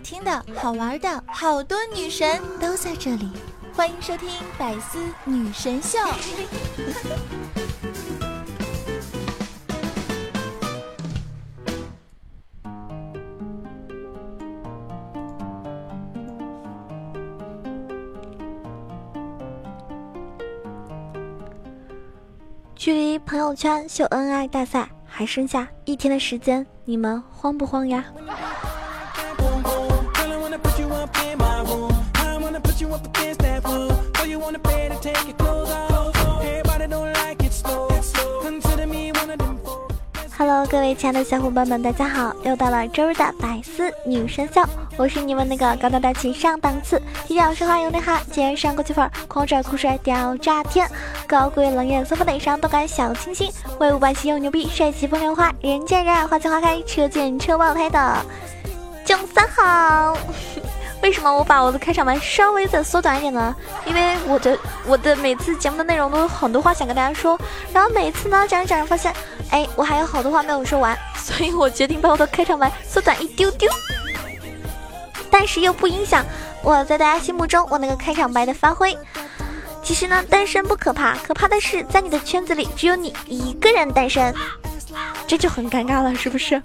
听的好玩的好多女神都在这里，欢迎收听百思女神秀。 距离朋友圈秀恩爱大赛还剩下1天的时间，你们慌不慌呀？Hello， 各位亲爱的小伙伴们，大家好！又到了周日的百思女神秀，我是你们那个高大大气上档次、低调奢华有内涵、尖上国际范儿、狂拽酷帅屌炸天、高贵冷艳松风内伤动感小清新、威武霸气又牛逼、帅气风流花、人见人爱花见花开、车见车爆胎的囧三好。为什么我把我的开场白稍微的缩短一点呢？因为我的每次节目的内容都有很多话想跟大家说，然后每次呢讲着讲着发现，我还有好多话没有说完，所以我决定把我的开场白缩短一丢丢，但是又不影响我在大家心目中我那个开场白的发挥。其实呢，单身不可怕，可怕的是在你的圈子里只有你一个人单身，这就很尴尬了，是不是？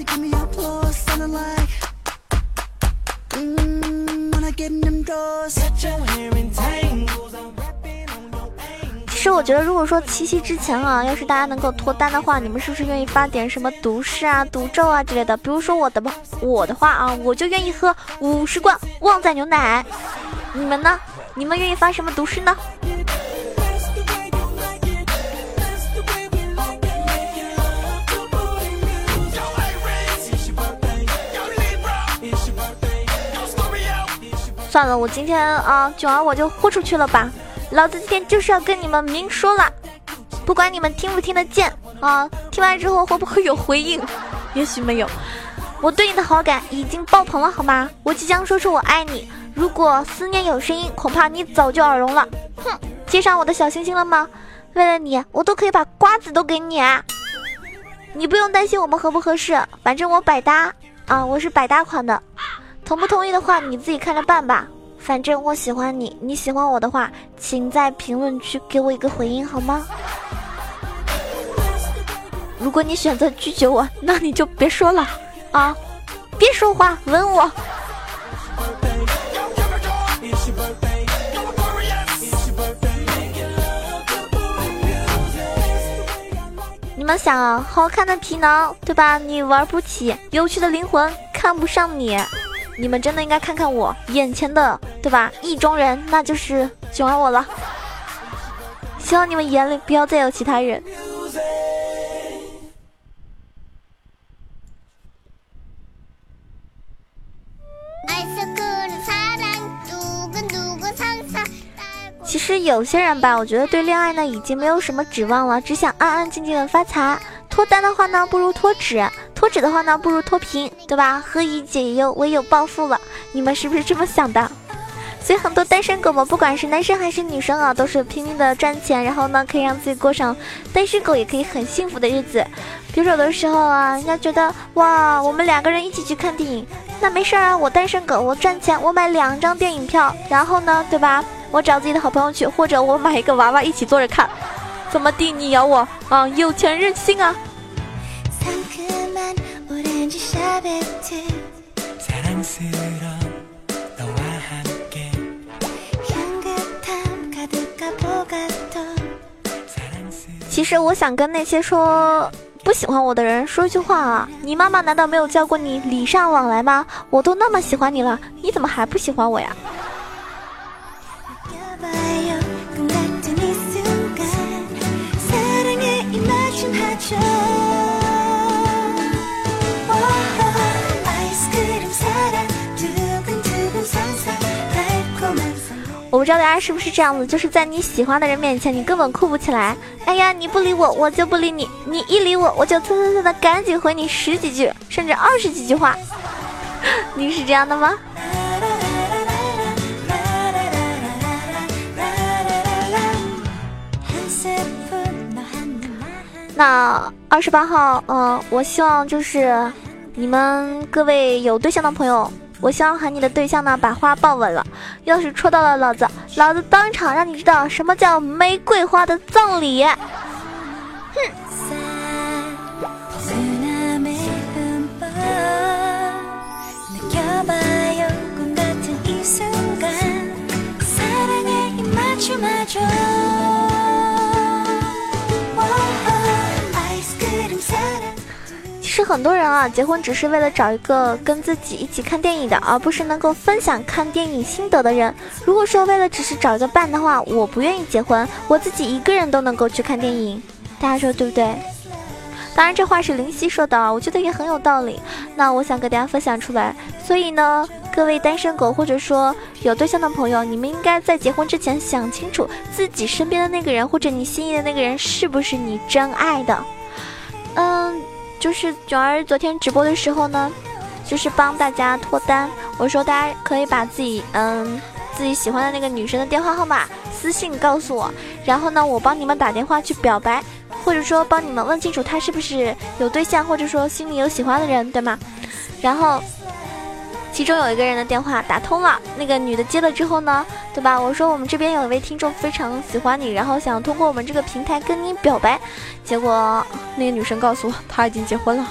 其实我觉得，如果说七夕之前啊，要是大家能够脱单的话，你们是不是愿意发点什么毒誓啊、毒咒啊之类的？比如说我的话啊，我就愿意喝50罐旺仔牛奶。你们呢？你们愿意发什么毒誓呢？算了，我今天囧儿我就豁出去了吧，老子今天就是要跟你们明说了，不管你们听不听得见啊，听完之后会不会有回应？也许没有，我对你的好感已经爆棚了，好吗？我即将说出我爱你，如果思念有声音，恐怕你早就耳聋了。哼，接上我的小星星了吗？为了你，我都可以把瓜子都给你啊！你不用担心我们合不合适，反正我百搭啊，我是百搭款的。同不同意的话你自己看着办吧，反正我喜欢你，你喜欢我的话，请在评论区给我一个回应好吗？如果你选择拒绝我，那你就别说了啊，别说话，吻我。你们想啊，好看的皮囊对吧，你玩不起，有趣的灵魂看不上你，你们真的应该看看我眼前的对吧意中人，那就是囧儿我了。希望你们眼里不要再有其他人。其实有些人吧，我觉得对恋爱呢已经没有什么指望了，只想安安静静的发财。脱单的话呢，不如脱脂；脱脂的话呢，不如脱贫，对吧？何以解忧，唯有暴富了。你们是不是这么想的？所以很多单身狗们，不管是男生还是女生啊，都是拼命的赚钱，然后呢，可以让自己过上单身狗也可以很幸福的日子。比如有的时候啊，人家觉得哇，我们2个人一起去看电影，那没事啊，我单身狗，我赚钱，我买2张电影票，然后呢，对吧？我找自己的好朋友去，或者我买一个娃娃一起坐着看，怎么地？你咬我啊？有钱任性啊！其实我想跟那些说不喜欢我的人说一句话啊，你妈妈难道没有教过你礼尚往来吗？我都那么喜欢你了，你怎么还不喜欢我呀？我不知道大家是不是这样子，就是在你喜欢的人面前你根本哭不起来，哎呀你不理我我就不理你，你一理我我就呲呲呲的赶紧回你10几句甚至20几句话。你是这样的吗？那28号我希望就是你们各位有对象的朋友我希望喊你的对象呢把花抱稳了，要是戳到了老子当场让你知道什么叫玫瑰花的葬礼。哼。其实很多人啊，结婚只是为了找一个跟自己一起看电影的，而不是能够分享看电影心得的人。如果说为了只是找一个伴的话，我不愿意结婚，我自己一个人都能够去看电影。大家说对不对？当然这话是林夕说的，我觉得也很有道理。那我想给大家分享出来。所以呢，各位单身狗或者说有对象的朋友，你们应该在结婚之前想清楚自己身边的那个人或者你心仪的那个人是不是你真爱的。就是囧儿昨天直播的时候呢，就是帮大家脱单，我说大家可以把自己喜欢的那个女生的电话号码私信告诉我，然后呢我帮你们打电话去表白，或者说帮你们问清楚他是不是有对象，或者说心里有喜欢的人，对吗？然后其中有一个人的电话打通了，那个女的接了之后呢，对吧，我说我们这边有一位听众非常喜欢你，然后想通过我们这个平台跟你表白，结果那个女生告诉我她已经结婚了。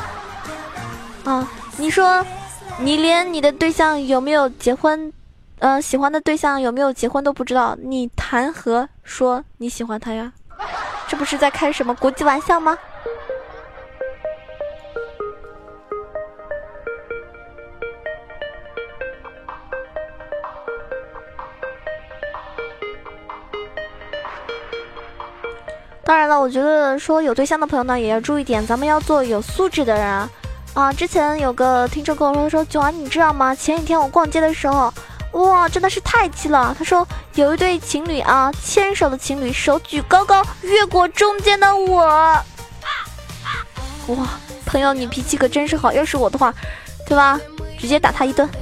你说你连你的对象有没有结婚喜欢的对象有没有结婚都不知道，你谈何说你喜欢他呀？这不是在开什么国际玩笑吗？当然了，我觉得说有对象的朋友呢也要注意点，咱们要做有素质的人啊。之前有个听众跟我说囧儿你知道吗，前几天我逛街的时候，哇真的是太气了。他说有一对情侣啊，牵手的情侣手举高高越过中间的我。哇，朋友你脾气可真是好，要是我的话，对吧，直接打他一顿。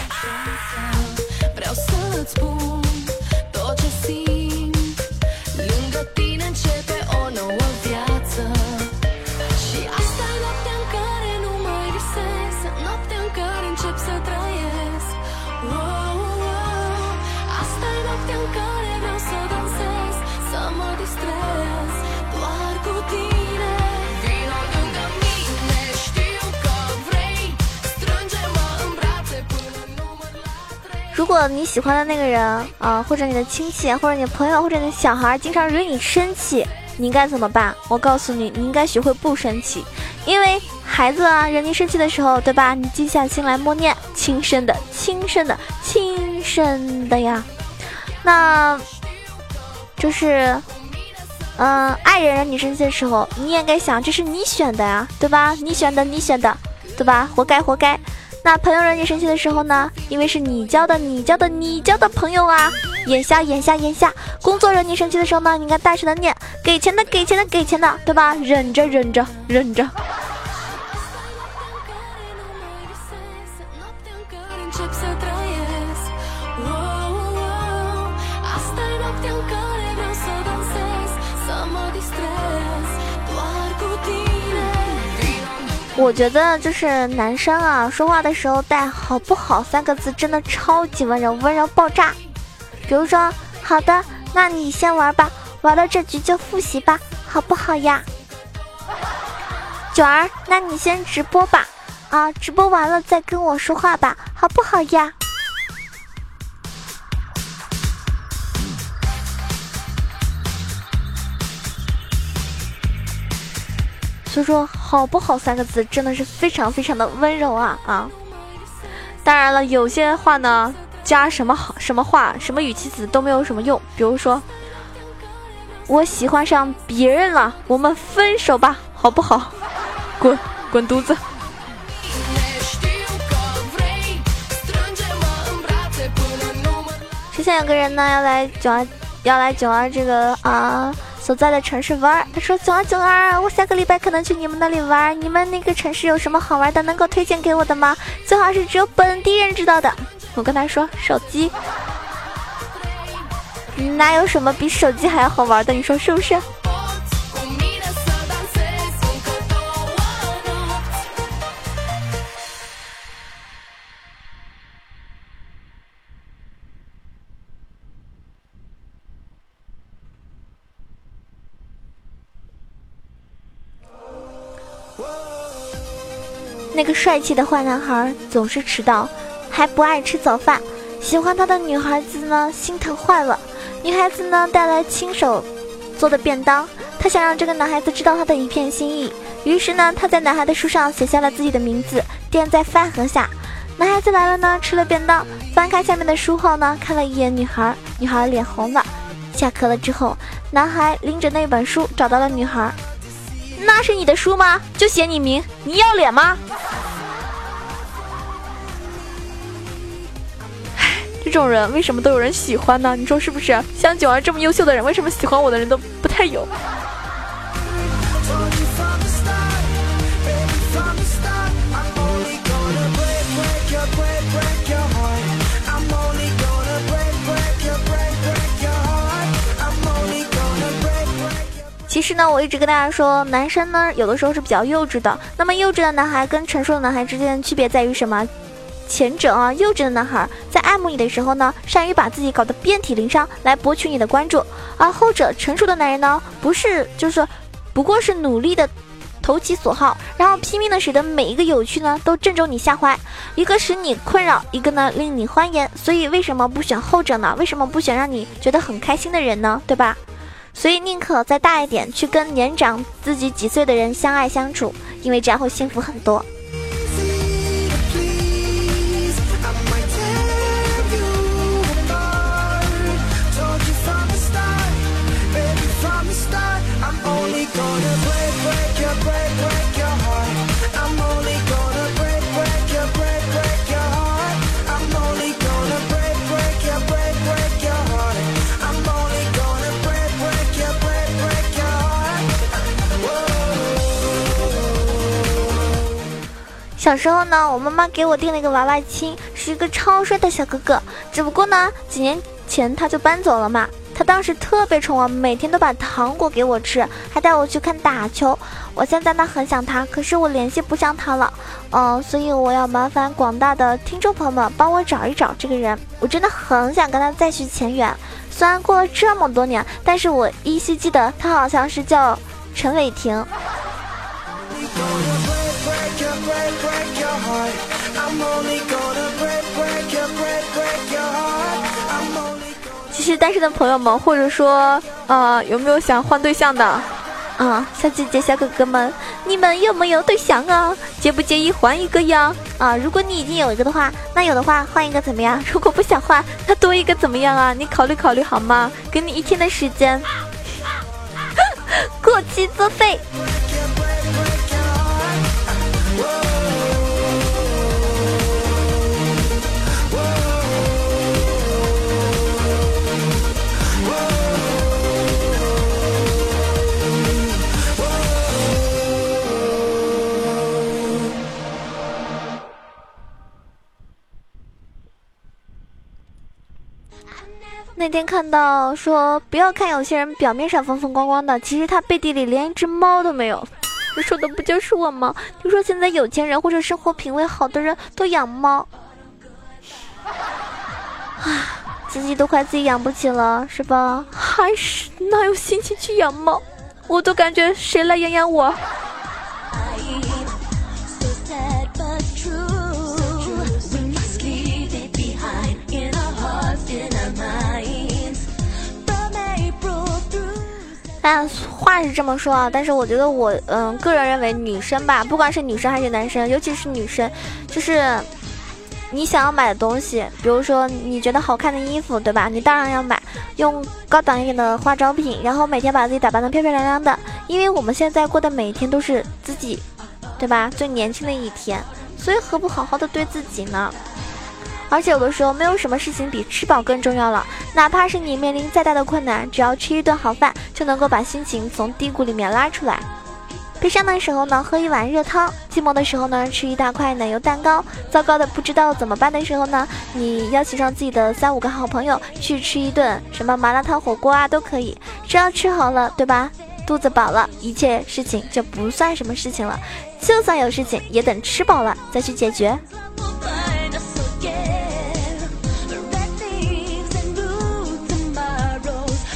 如果你喜欢的那个人或者你的亲戚，或者你的朋友，或者你的小孩经常惹你生气，你应该怎么办？我告诉你，你应该学会不生气，因为孩子啊惹你生气的时候，对吧，你静下心来默念轻声的轻声的轻声的呀。那就是爱人惹你生气的时候，你也该想这是你选的呀，对吧，你选的，对吧，活该活该。那朋友惹你生气的时候呢，因为是你交的朋友啊，眼瞎。工作惹你生气的时候呢，你应该大声的念给钱的，对吧，忍着。我觉得就是男生啊，说话的时候带好不好三个字真的超级温柔，温柔爆炸。比如说，好的，那你先玩吧，玩了这局就复习吧，好不好呀？九儿，那你先直播吧，直播完了再跟我说话吧，好不好呀？所以说好不好三个字真的是非常非常的温柔啊。当然了，有些话呢加什么话什么语气词都没有什么用，比如说我喜欢上别人了，我们分手吧，好不好？滚犊子。之前有个人呢要来囧儿这个所在的城市玩，他说囧儿，我下个礼拜可能去你们那里玩，你们那个城市有什么好玩的能够推荐给我的吗？最好是只有本地人知道的。我跟他说手机，哪有什么比手机还要好玩的，你说是不是？ 那个帅气的坏男孩总是迟到，还不爱吃早饭。喜欢他的女孩子呢，心疼坏了。女孩子呢，带来亲手做的便当，他想让这个男孩子知道他的一片心意。于是呢，他在男孩的书上写下了自己的名字，垫在饭盒下。男孩子来了呢，吃了便当，翻开下面的书后呢，看了一眼女孩，女孩脸红了。下课了之后，男孩拎着那本书找到了女孩。那是你的书吗？就写你名，你要脸吗？这种人为什么都有人喜欢呢？你说是不是？像九儿这么优秀的人，为什么喜欢我的人都不太有？其实呢，我一直跟大家说，男生呢有的时候是比较幼稚的。那么幼稚的男孩跟成熟的男孩之间的区别在于什么？前者啊，幼稚的男孩在爱慕你的时候呢，善于把自己搞得遍体鳞伤来博取你的关注；而后者成熟的男人呢，不过是努力的投其所好，然后拼命的使得每一个有趣呢都正中你下怀，一个使你困扰，一个呢令你欢颜。所以为什么不选后者呢？为什么不选让你觉得很开心的人呢？对吧？所以宁可再大一点，去跟年长自己几岁的人相爱相处，因为这样会幸福很多。小时候呢，我妈妈给我订了一个娃娃亲，是一个超帅的小哥哥。只不过呢，几年前他就搬走了嘛。他当时特别宠我，每天都把糖果给我吃，还带我去看打球。我现在呢很想他，可是我联系不上他了。所以我要麻烦广大的听众朋友们帮我找一找这个人。我真的很想跟他再续前缘。虽然过了这么多年，但是我依稀记得他好像是叫陈伟霆。其实单身的朋友们，或者说有没有想换对象的小姐姐小哥哥们，你们有没有对象啊？介不介意换一个呀？如果你已经有一个的话，那有的话换一个怎么样？如果不想换，那多一个怎么样啊？你考虑考虑好吗？给你1天的时间。过期作废。那天看到说，不要看有些人表面上风风光光的，其实他背地里连一只猫都没有。这说的不就是我吗？听说现在有钱人或者生活品味好的人都养猫，自己都快自己养不起了，是吧？还是哪有心情去养猫？我都感觉谁来养养我。但话是这么说啊，但是我觉得我个人认为女生吧，不管是女生还是男生，尤其是女生，就是你想要买的东西，比如说你觉得好看的衣服，对吧？你当然要买，用高档一点的化妆品，然后每天把自己打扮得漂漂亮亮的，因为我们现在过的每一天都是自己，对吧？最年轻的一天，所以何不好好的对自己呢？而且有的时候没有什么事情比吃饱更重要了，哪怕是你面临再大的困难，只要吃一顿好饭就能够把心情从低谷里面拉出来。悲伤的时候呢，喝一碗热汤；寂寞的时候呢，吃一大块奶油蛋糕；糟糕的不知道怎么办的时候呢，你邀请上自己的3-5个好朋友去吃一顿什么麻辣烫火锅啊，都可以。只要吃好了，对吧？肚子饱了，一切事情就不算什么事情了。就算有事情，也等吃饱了再去解决。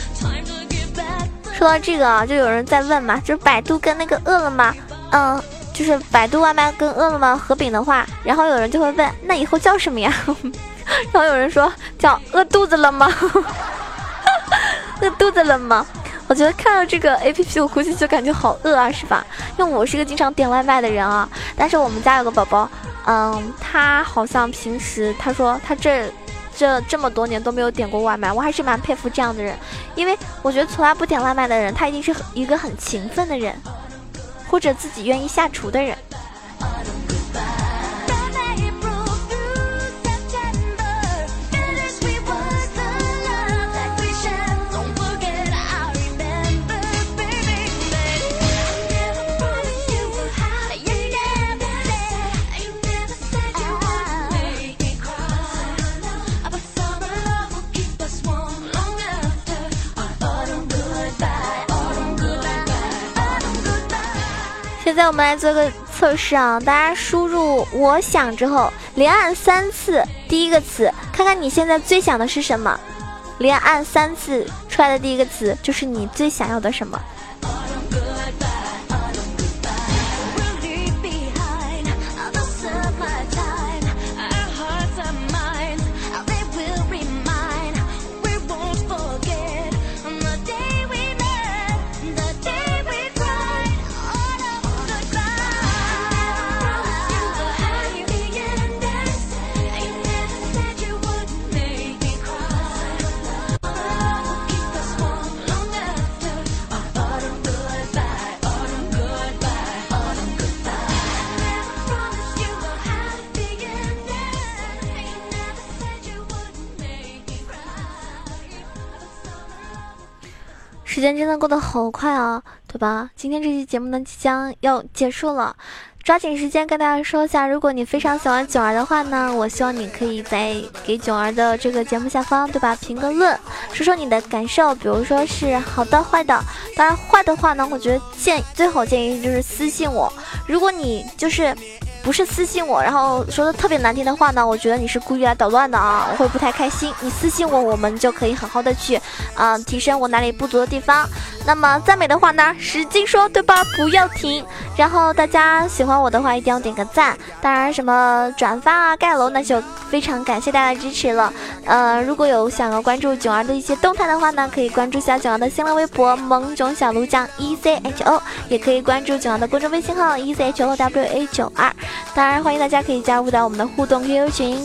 说到这个啊，就有人在问嘛，就是百度跟那个饿了么， 就是百度外卖跟饿了么合并的话，然后有人就会问，那以后叫什么呀？然后有人说叫饿肚子了吗？饿肚子了吗？我觉得看到这个 APP 我估计就感觉好饿啊，是吧？因为我是个经常点外卖的人啊，但是我们家有个宝宝，他好像平时他说他这么多年都没有点过外卖，我还是蛮佩服这样的人，因为我觉得从来不点外卖的人，他一定是一个很勤奋的人，或者自己愿意下厨的人。现在我们来做个测试啊，大家输入我想之后连按3次第一个词，看看你现在最想的是什么，连按3次出来的第一个词就是你最想要的什么。时间真的过得好快啊，对吧？今天这期节目呢即将要结束了，抓紧时间跟大家说一下，如果你非常喜欢囧儿的话呢，我希望你可以在给囧儿的这个节目下方，对吧，评个论，说说你的感受，比如说是好的坏的。当然坏的话呢，我觉得最好建议就是私信我，如果你就是不是私信我然后说的特别难听的话呢，我觉得你是故意来捣乱的啊，我会不太开心。你私信我，我们就可以好好的去提升我哪里不足的地方。那么赞美的话呢，使劲说，对吧，不要停。然后大家喜欢我的话一定要点个赞，当然什么转发啊盖楼那就非常感谢大家的支持了。如果有想要关注囧儿的一些动态的话呢，可以关注一下囧儿的新浪微博萌囧小炉酱 ECHO， 也可以关注囧儿的公众微信号 ECHOWA92。当然欢迎大家可以加入到我们的互动 QQ 群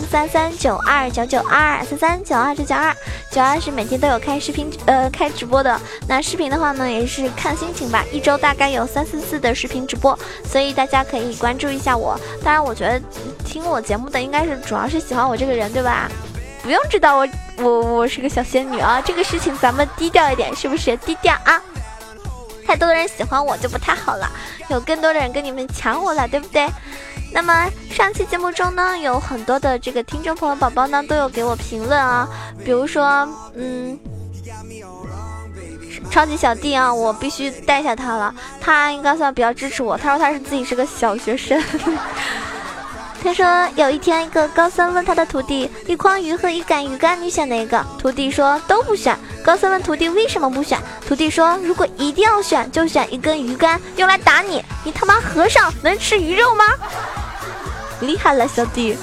3392992339292992，囧儿是每天都有开视频开直播的，那视频的话呢也是看心情吧，一周大概有3-4次的视频直播，所以大家可以关注一下我。当然我觉得听我节目的应该是主要是喜欢我这个人，对吧？不用知道我是个小仙女啊，这个事情咱们低调一点，是不是低调啊？太多的人喜欢我就不太好了，有更多的人跟你们抢我了，对不对？那么上期节目中呢，有很多的这个听众朋友宝宝呢都有给我评论啊，比如说超级小弟啊，我必须带下他了，他应该算比较支持我，他说他是自己是个小学生。他说有一天一个高僧问他的徒弟，一筐鱼和一杆鱼竿你选哪个？徒弟说都不选。高僧问徒弟为什么不选？徒弟说如果一定要选就选一根鱼竿用来打你，你他妈和尚能吃鱼肉吗？厉害了小弟。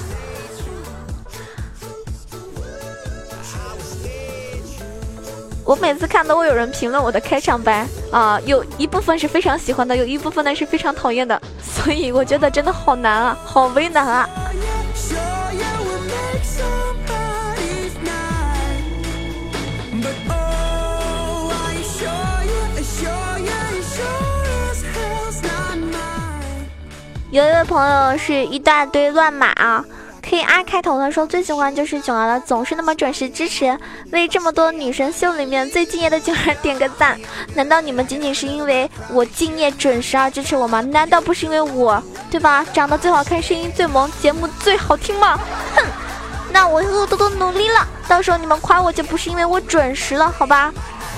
我每次看到我有人评论我的开场白啊，有一部分是非常喜欢的，有一部分呢是非常讨厌的，所以我觉得真的好难啊，好为难啊。有一位朋友是一大堆乱码啊，KR 开头的说最喜欢就是囧儿了，总是那么准时支持，为这么多女神秀里面最敬业的囧儿点个赞。难道你们仅仅是因为我敬业准时而支持我吗？难道不是因为我，对吧，长得最好看，声音最萌，节目最好听吗？哼，那我会多多努力了，到时候你们夸我就不是因为我准时了，好吧？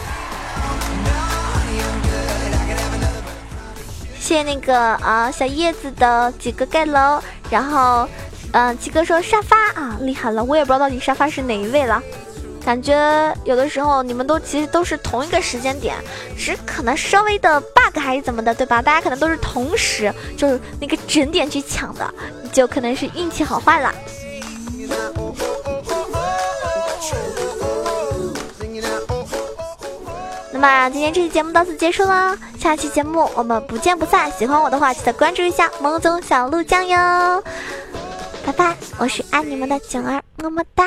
谢谢那个小叶子的几个盖楼，然后七哥说沙发啊，厉害了，我也不知道到底沙发是哪一位了。 感觉有的时候你们其实都是同一个时间点，只可能稍微的 bug 还是怎么的，对吧？大家可能都是同时就是那个整点去抢的，就可能是运气好坏了。那么今天这期节目到此结束了，下期节目我们不见不散。喜欢我的话记得关注一下萌总小鹿酱哟，拜拜，我是爱你们的囧儿，么么哒。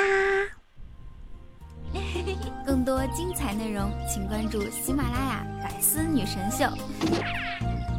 更多精彩内容请关注喜马拉雅百思女神秀。